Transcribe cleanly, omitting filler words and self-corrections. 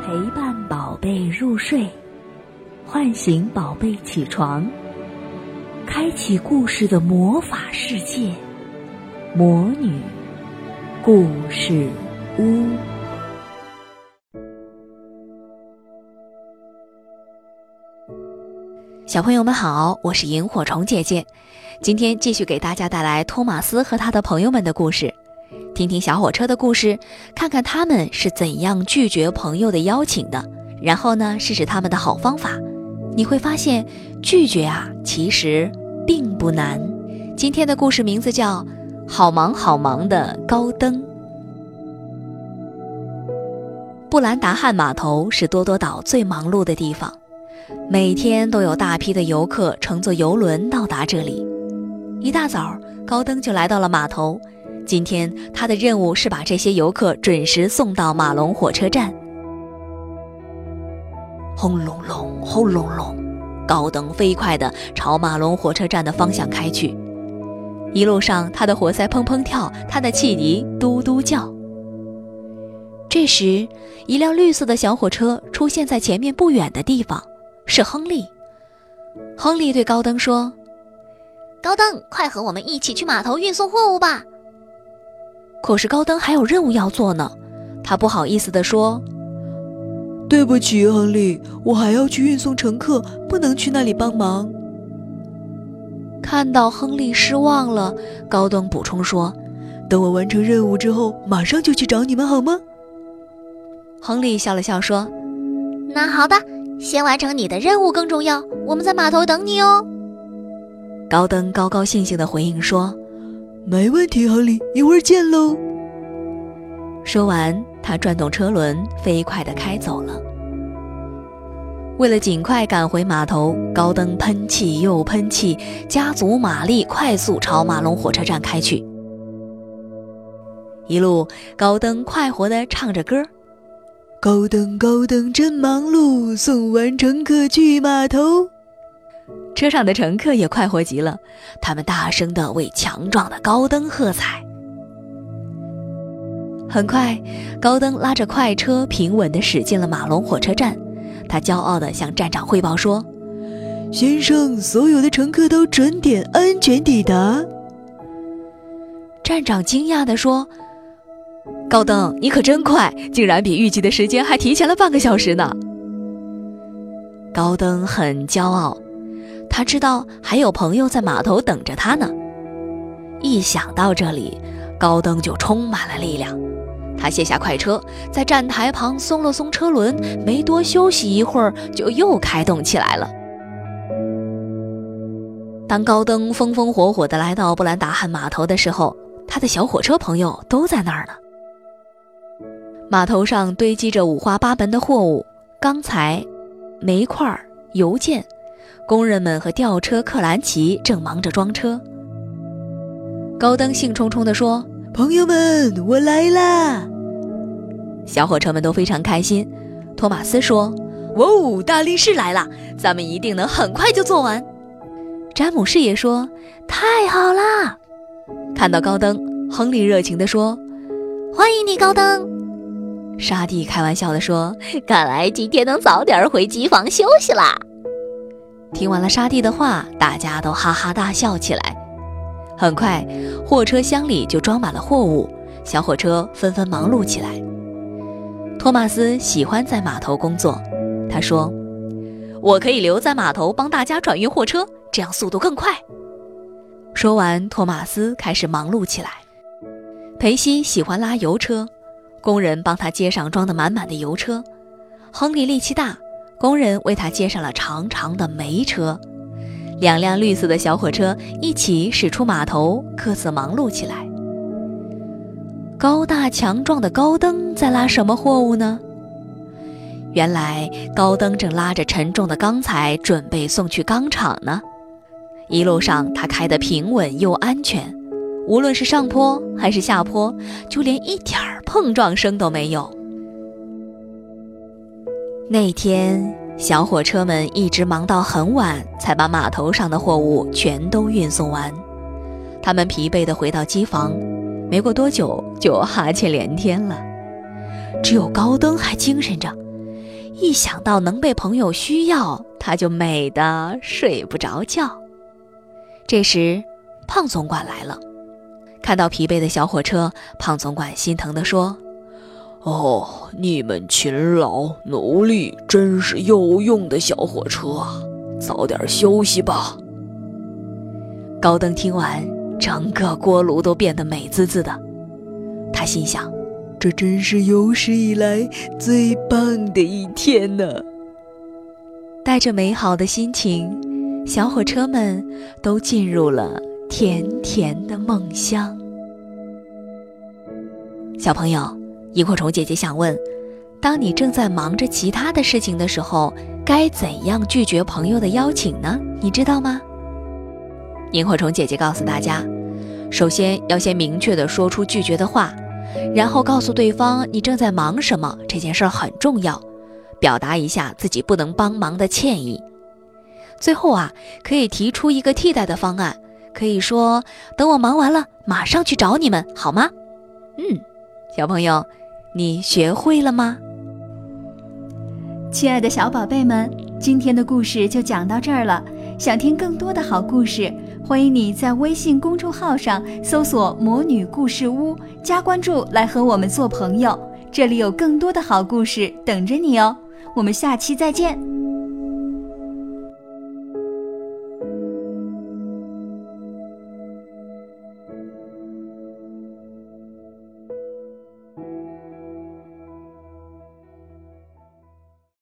陪伴宝贝入睡，唤醒宝贝起床，开启故事的魔法世界——魔女故事屋。 小朋友们好，我是萤火虫姐姐，今天继续给大家带来托马斯和他的朋友们的故事。听听小火车的故事，看看他们是怎样拒绝朋友的邀请的，然后呢，试试他们的好方法。你会发现，拒绝其实并不难。今天的故事名字叫《好忙好忙的高登》。布兰达汉码头是多多岛最忙碌的地方，每天都有大批的游客乘坐游轮到达这里。一大早，高登就来到了码头。今天他的任务是把这些游客准时送到马龙火车站。轰隆隆，轰隆隆，高登飞快地朝马龙火车站的方向开去。一路上，他的活塞砰砰跳，他的汽笛嘟嘟叫。这时，一辆绿色的小火车出现在前面不远的地方，是亨利。亨利对高登说：“ 高登，快和我们一起去码头运送货物吧。” 可是高登还有任务要做呢，他不好意思地说：“ 对不起，亨利，我还要去运送乘客，不能去那里帮忙。” 看到亨利失望了，高登补充说：“ 等我完成任务之后，马上就去找你们好吗？” 亨利笑了笑说：“ 那好的，先完成你的任务更重要，我们在码头等你哦。” 高登高高兴兴地回应说：“ 没问题，亨利，一会儿见喽。” 说完，他转动车轮，飞快地开走了。为了尽快赶回码头，高登喷气又喷气，加足马力，快速朝马龙火车站开去。一路，高登快活地唱着歌：“ 高登高登真忙碌，送完乘客去码头。” 车上的乘客也快活极了，他们大声地为强壮的高登喝彩。很快，高登拉着快车平稳地驶进了马龙火车站，他骄傲地向站长汇报说：“ 先生，所有的乘客都准点安全抵达。” 站长惊讶地说：“高登，你可真快，竟然比预计的时间还提前了半个小时呢。”高登很骄傲，他知道还有朋友在码头等着他呢。一想到这里，高登就充满了力量。他卸下快车，在站台旁松了松车轮，没多休息一会儿，就又开动起来了。当高登风风火火地来到布兰达汉码头的时候，他的小火车朋友都在那儿呢。码头上堆积着五花八门的货物，钢材、煤块、邮件。工人们和吊车克兰奇正忙着装车。高登兴冲冲地说：“ 朋友们，我来啦！” 小火车们都非常开心。托马斯说：“哇哦，大力士来了，咱们一定能很快就做完。”詹姆士也说：“太好啦！”看到高登，亨利热情地说：“ 欢迎你，高登。” 沙地开玩笑地说：“ 看来今天能早点回机房休息啦。” 听完了沙地的话，大家都哈哈大笑起来。很快，货车厢里就装满了货物，小火车纷纷忙碌起来。托马斯喜欢在码头工作，他说：“我可以留在码头帮大家转运货车，这样速度更快。”说完，托马斯开始忙碌起来。裴西喜欢拉油车，工人帮他接上装得满满的油车。亨利力气大，工人为他接上了长长的煤车。两辆绿色的小火车一起驶出码头，各自忙碌起来。高大强壮的高登在拉什么货物呢？原来高登正拉着沉重的钢材准备送去钢厂呢。一路上他开得平稳又安全，无论是上坡还是下坡，就连一点碰撞声都没有。那天小火车们一直忙到很晚，才把码头上的货物全都运送完。他们疲惫地回到机房，没过多久就哈欠连天了。只有高登还精神着， 一想到能被朋友需要，他就美得睡不着觉。这时胖总管来了，看到疲惫的小火车，胖总管心疼地说： 哦，你们勤劳努力，真是有用的小火车啊，早点休息吧。 高登听完，整个锅炉都变得美滋滋的。他心想， 这真是有史以来最棒的一天呢。 带着美好的心情，小火车们都进入了甜甜的梦乡。小朋友，萤火虫姐姐想问，当你正在忙着其他的事情的时候，该怎样拒绝朋友的邀请呢？你知道吗？萤火虫姐姐告诉大家，首先要先明确地说出拒绝的话，然后告诉对方你正在忙什么，这件事很重要，表达一下自己不能帮忙的歉意。最后可以提出一个替代的方案，可以说等我忙完了马上去找你们，好吗？小朋友，你学会了吗？ 亲爱的小宝贝们，今天的故事就讲到这儿了。想听更多的好故事，欢迎你在微信公众号上搜索魔女故事屋，加关注来和我们做朋友，这里有更多的好故事等着你哦。我们下期再见。